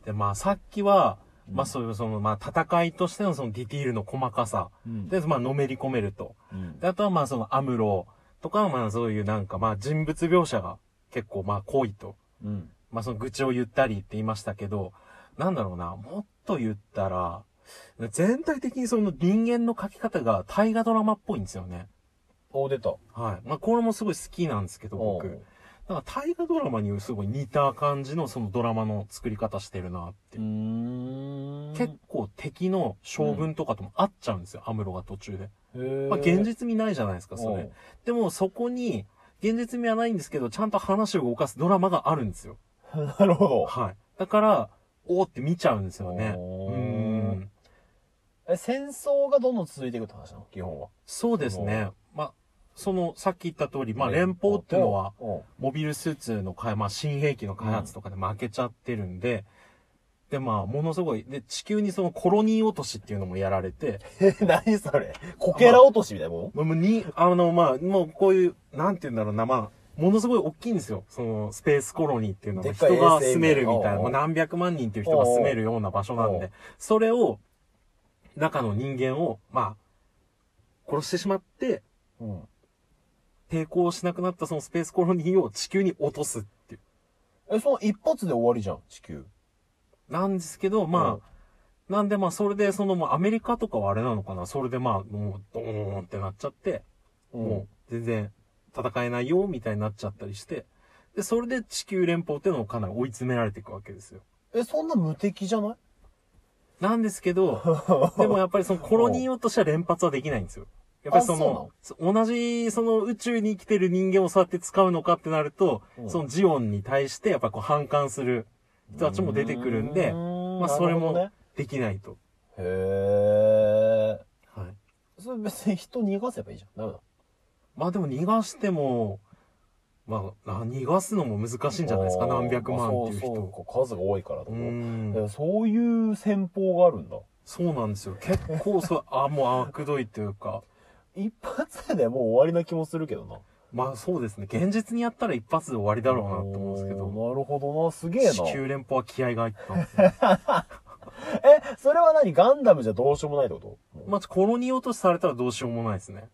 で、まあさっきは、まあそういうまあ戦いとしてのそのディティールの細かさ。で、まあのめり込めると。で、あとはまあアムロとか、まあそういうなんかまあ人物描写が結構まあ濃いと。まあ愚痴を言ったりって言いましたけど、なんだろうな、もっと言ったら、全体的に人間の描き方が大河ドラマっぽいんですよね。 出た。 はい。まあこれもすごい好きなんですけど、僕。なんか大河ドラマにすごい似た感じのドラマの作り方してるなって。結構敵の将軍とかとも合っちゃうんですよ、アムロが途中で。まあ現実味ないじゃないですか、それ。でもそこに、現実味はないんですけど、ちゃんと話を動かすドラマがあるんですよ。 なるほど。 はい。だから、おーって見ちゃうんですよね。 戦争がどんどん続いていくって話なの基本は。 そうですね。まあ、さっき言った通り、まあ連邦っていうのは、モビルスーツのまあ新兵器の開発とかで負けちゃってるんで、で、まあ、ものすごい、で、地球にコロニー落としっていうのもやられて。 何それこけら落としみたいなものまあ、もうこういう、なんて言うんだろうな、まあ、ものすごい大きいんですよ。スペースコロニーっていうのは人が住めるみたいな、まあ、何百万人っていう人が住めるような場所なんで、それを、中の人間を、まあ、殺してしまって、抵抗しなくなったそのスペースコロニーを地球に落とすっていう。 その一発で終わりじゃん、地球。 なんですけど、まあ、なんでまあ、それでもうアメリカとかはあれなのかな、それでまあ、もう、ドーンってなっちゃって、もう、全然、戦えないよ、みたいになっちゃったりして、で、それで地球連邦っていうのをかなり追い詰められていくわけですよ。 そんな無敵じゃないなんですけど、でもやっぱりコロニーとしては連発はできないんですよ。やっぱり同じ宇宙に生きてる人間をそうやって使うのかってなると、ジオンに対してやっぱ反感する人たちも出てくるんで、まあそれもできないと。 へー。はい。それ別に人逃がせばいいじゃん。ダメだ。 まあでも逃がしても、まあ、逃がすのも難しいんじゃないですか、何百万っていう人。 そう数が多いからと。そういう戦法があるんだ。 そうなんですよ。結構もう悪どいというか。 一発でもう終わりな気もするけどな。 まあそうですね。現実にやったら一発で終わりだろうなと思うんですけど。 なるほどな。すげえな。 地球連邦は気合が入ったんですね。 それは何ガンダムじゃどうしようもないってことまあコロニー落としされたらどうしようもないですね。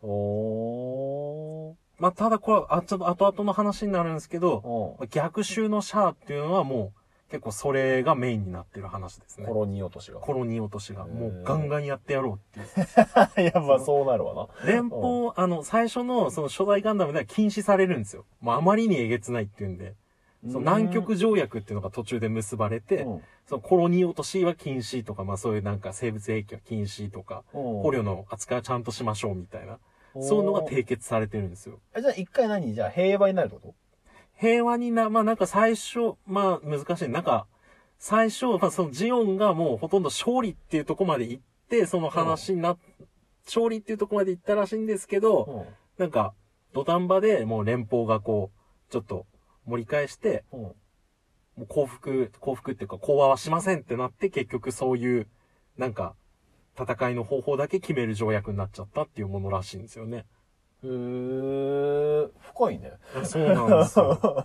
まあ、ただこれは、ちょっと後々の話になるんですけど、逆襲のシャアっていうのはもう、結構それがメインになってる話ですね。 コロニー落としが。 コロニー落としが。もうガンガンやってやろうっていう。 いや、まあそうなるわな。 連邦、最初の初代ガンダムでは禁止されるんですよ。もうあまりにえげつないっていうんで。南極条約っていうのが途中で結ばれて、コロニー落としは禁止とか、まあそういうなんか生物兵器は禁止とか、捕虜の扱いはちゃんとしましょうみたいな。そういうのが締結されてるんですよ。 じゃあ一回じゃあ平和になるってこと平和にまあなんか最初、まあ難しい。なんか、最初、まあジオンがもうほとんど勝利っていうとこまで行って、その話に勝利っていうとこまで行ったらしいんですけど、なんか、土壇場でもう連邦がちょっと盛り返して、もう降伏っていうか講和はしませんってなって、結局そういう、なんか、戦いの方法だけ決める条約になっちゃったっていうものらしいんですよね。 深いね。 そうなんですよ。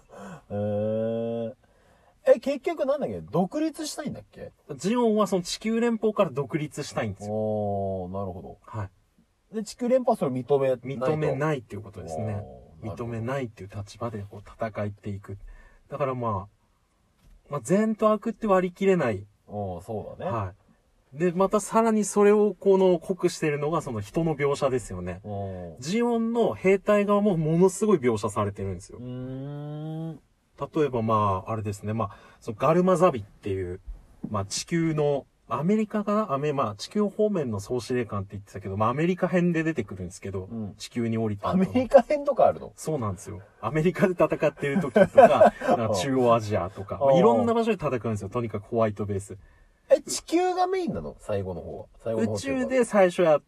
結局なんだっけ独立したいんだっけジオンは地球連邦から独立したいんですよ。 なるほど。 はい。 で、地球連邦はそれを認めないっていうことですね。認めないっていう立場で戦っていく。だからまあ善と悪って割り切れない。 そうだね。 はい。で、またさらにそれを濃くしてるのが人の描写ですよね。ジオンの兵隊側もものすごい描写されてるんですよ。例えばまあ、あれですね。まあ、ガルマザビっていう、まあ地球の、アメリカかなまあ地球方面の総司令官って言ってたけど、まあアメリカ編で出てくるんですけど、地球に降りた。 アメリカ編とかあるのそうなんですよ。アメリカで戦ってる時とか、中央アジアとか、いろんな場所で戦うんですよ。とにかくホワイトベース。 地球がメインなの最後の方は。 宇宙で最初やって、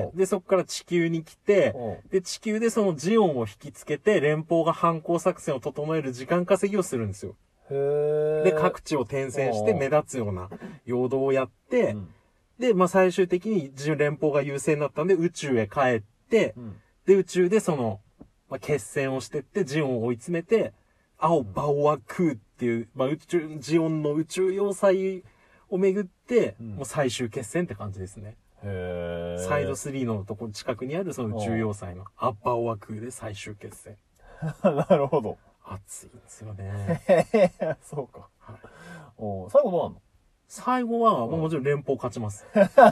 で、そこから地球に来て、で、地球でジオンを引きつけて、連邦が反攻作戦を整える時間稼ぎをするんですよ。で、各地を転戦して目立つような陽動をやって、で、まあ最終的に連邦が優勢になったんで宇宙へ帰って、で、宇宙でまあ、決戦をしてって、ジオンを追い詰めて、青バオワクーっっていう、まあジオンの宇宙要塞をめぐって、もう最終決戦って感じですね。 へー。 サイド3のとこ近くにあるその宇宙要塞のアッパーオア空で最終決戦。 なるほど。 熱いんですよね。 そうか。 はい、 最後どうなんの？ 最後は、もちろん連邦勝ちます。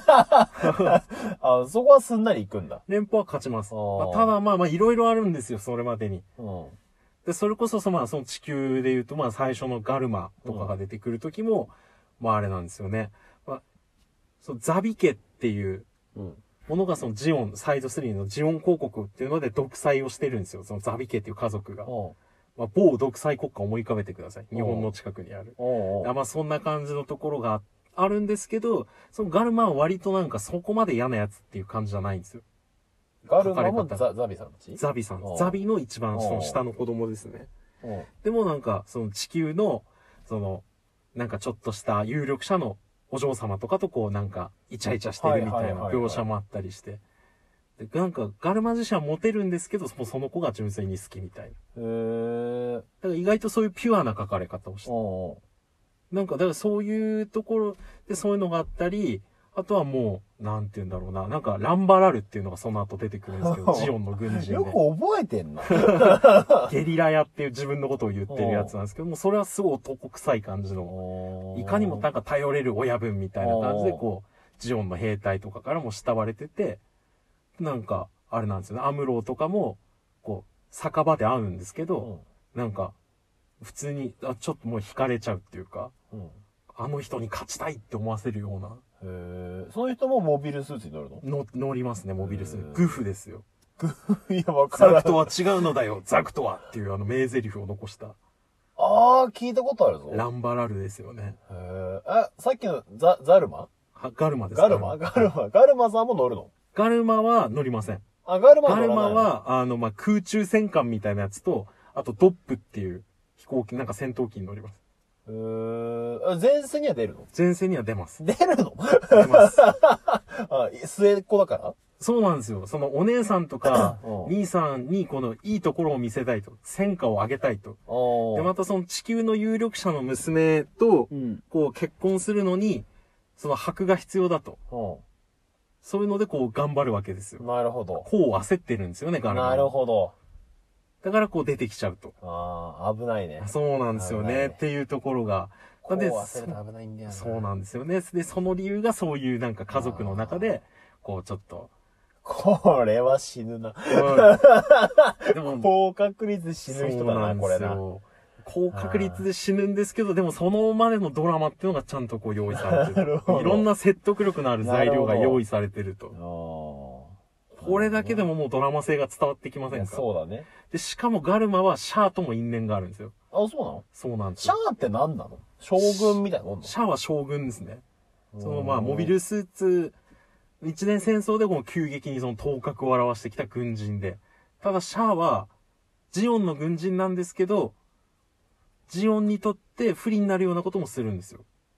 あ、そこはすんなり行くんだ。 連邦は勝ちます。まあ、ただまあいろいろあるんですよ、それまでに。で、それこそその地球で言うと、最初のガルマとかが出てくる時も、あれなんですよね。そのザビ家っていうものがそのジオン、サイド3のジオン公国っていうので独裁をしてるんですよ。そのザビ家っていう家族が。某独裁国家を思い浮かべてください。日本の近くにある。そんな感じのところがあるんですけど、そのガルマは割となんかそこまで嫌なやつっていう感じじゃないんですよ。 ガルマもザビさんち？ ザビさん。ザビの一番その下の子供ですね。でもなんかその地球の、なんかちょっとした有力者のお嬢様とかとこうなんかイチャイチャしてるみたいな描写もあったりして。でなんかガルマ自身はモテるんですけど、その子が純粋に好きみたいな。だから意外とそういうピュアな描かれ方をして。なんかだからそういうところでそういうのがあったり、あとはもう、なんて言うんだろうな。なんかランバラルっていうのがその後出てくるんですけど、ジオンの軍人で。 よく覚えてんな。 ゲリラ屋っていう自分のことを言ってるやつなんですけども、それはすごい男臭い感じの、いかにもなんか頼れる親分みたいな感じでこう、ジオンの兵隊とかからも慕われてて、なんか、あれなんですよね。アムローとかも、こう、酒場で会うんですけど、なんか、普通に、ちょっともう惹かれちゃうっていうか、あの人に勝ちたいって思わせるような。 その人もモビルスーツに乗るの？ 乗りますね、モビルスーツ。グフですよ。 いや、わかる。 ザクとは違うのだよ、ザクとはっていう名台詞を残した。 聞いたことあるぞ。 ランバラルですよね。 さっきのザルマ？ ガルマです。 ガルマさんも乗るの？ ガルマは乗りません。 ガルマは、空中戦艦みたいなやつと、あとドップっていう飛行機、なんか戦闘機に乗ります。 前線には出るの？ 前線には出ます。 出るの？出ます。末っ子だから？ そうなんですよ。そのお姉さんとか、兄さんにこのいいところを見せたいと。戦果を上げたいと。で、またその地球の有力者の娘と、こう結婚するのに、その箔が必要だと。そういうのでこう頑張るわけですよ。 なるほど。 こう焦ってるんですよね、ガルマ。 なるほど。 だからこう出てきちゃうと。 危ないね。 そうなんですよね。っていうところが。 こう焦ると危ないんだよね。 そうなんですよね。で、その理由がそういうなんか家族の中で、こうちょっと。 これは死ぬな。でも、高確率で死ぬ人だな、これな。 高確率で死ぬんですけど、でもそのまでのドラマっていうのがちゃんとこう用意されてる。いろんな説得力のある材料が用意されてると。これだけでももうドラマ性が伝わってきませんか？ そうだね。 で、しかもガルマはシャアとも因縁があるんですよ。 そうなの？ そうなんですよ。シャアって何なの？将軍みたいなもん？ シャアは将軍ですね。モビルスーツ、一年戦争でこの急激にその頭角を現してきた軍人で。ただシャアは、ジオンの軍人なんですけど、ジオンにとって不利になるようなこともするんですよ。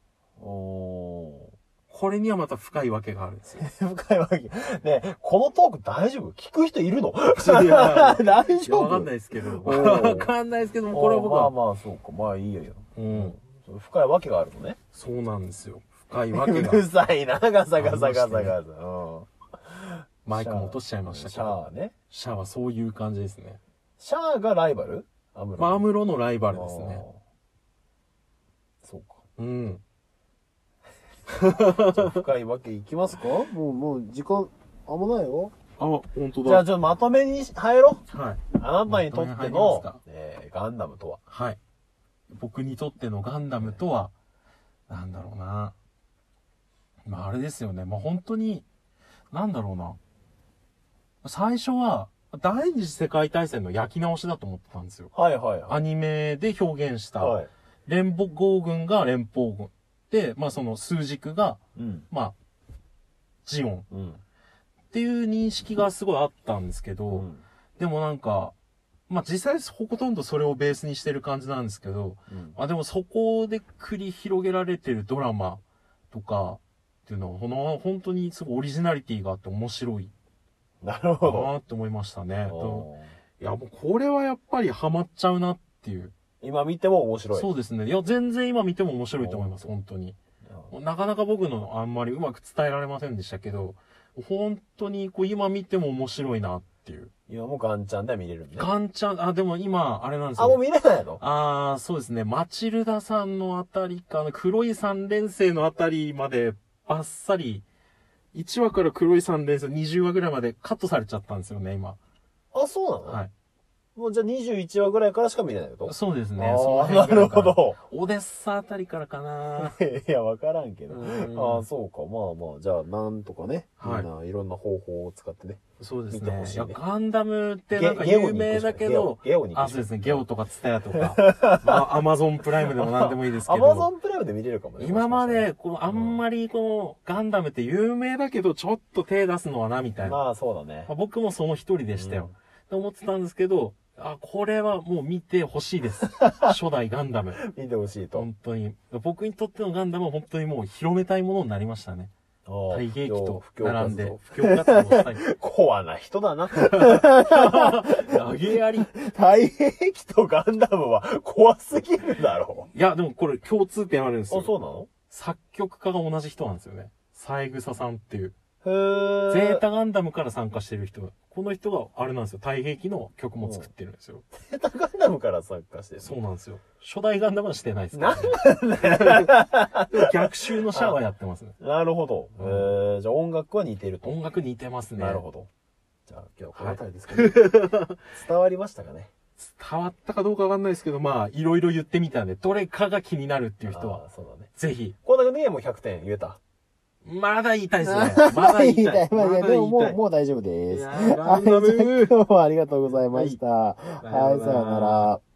これにはまた深いわけがあるんですよ。 深いわけ。ね、このトーク大丈夫？聞く人いるの？ いや大丈夫？ わかんないですけど。わかんないですけども、これは僕は。 まあ、そうか。まあいいよ。深いわけがあるのね。 そうなんですよ。深いわけが。 うるさいな、ガサガサ。 マイクも落としちゃいましたけど。 シャアね。 シャアはそういう感じですね。 シャアがライバル？ アムロのライバルですね。 そうか。深いわけいきますか？もう時間、あんまないよ。 本当だ。 じゃあちょっとまとめに入ろう。 はい。 あなたにとっての、ガンダムとは？ はい。僕にとってのガンダムとは、なんだろうな。あれですよね。本当に、なんだろうな。最初は、第二次世界大戦の焼き直しだと思ってたんですよ。アニメで表現した、連邦軍が連邦軍。で、その数軸が、ジオン。っていう認識がすごいあったんですけど、でもなんか、実際ほとんどそれをベースにしてる感じなんですけど、でもそこで繰り広げられてるドラマとかっていうのは、本当にすごいオリジナリティがあって面白い。 なるほど。 なって思いましたね。いや、もうこれはやっぱりハマっちゃうなっていう。 今見ても面白い。 そうですね。いや、全然今見ても面白いと思います、本当に。なかなか僕のあんまりうまく伝えられませんでしたけど、本当にこう今見ても面白いなっていう。 今もガンちゃんで見れるんで。 ガンちゃん、でも今、あれなんですよ。 もう見れないの？ そうですね。マチルダさんのあたりかな、黒い三連星のあたりまで、バッサリ、1話から黒い三連星20話ぐらいまでカットされちゃったんですよね、今。 そうなの？ はい。 もうじゃあ21話ぐらいからしか見れないこと？ そうですね。 なるほど。 オデッサあたりからかな。 いや、わからんけど。そうか。まあまあ、じゃあ、なんとかね。みんないろんな方法を使ってね。 そうですね。 見てほしいね。 いや、ガンダムってなんか有名だけど、 ゲオにそうですね。ゲオとかツタヤとか、アマゾンプライムでもなんでもいいですけど。 アマゾンプライムで見れるかもね。 今まで、あんまりガンダムって有名だけど、ちょっと手出すのはな、みたいな。 まあ、そうだね。 僕もその一人でしたよ。と思ってたんですけど、これはもう見てほしいです。初代ガンダム。 見てほしいと。 本当に。僕にとってのガンダムは本当にもう広めたいものになりましたね。太兵器と並んで、布教活動したい。 コアな人だな。 投げやり。 太兵器とガンダムは怖すぎるだろう。いや、でもこれ共通点あるんですよ。 そうなの？ 作曲家が同じ人なんですよね。三枝さんっていう。 ゼータガンダムから参加してる人が、この人があれなんですよ。太兵器の曲も作ってるんですよ。 ゼータガンダムから参加してる？ そうなんですよ。初代ガンダムはしてないですから、ね。 逆襲のシャアはやってますね。 なるほど。じゃあ音楽は似てると。 音楽似てますね。 なるほど。じゃあ今日はこの辺りですかね。伝わりましたかね。 伝わったかどうかわかんないですけど、いろいろ言ってみたんで、どれかが気になるっていう人は、 そうだね。 ぜひ。 こんな感じでもう100点言えた？ まだ言いたいですね。まだ言いたい。 でももう大丈夫です。 ガンダム今日はありがとうございました。はい、さよなら。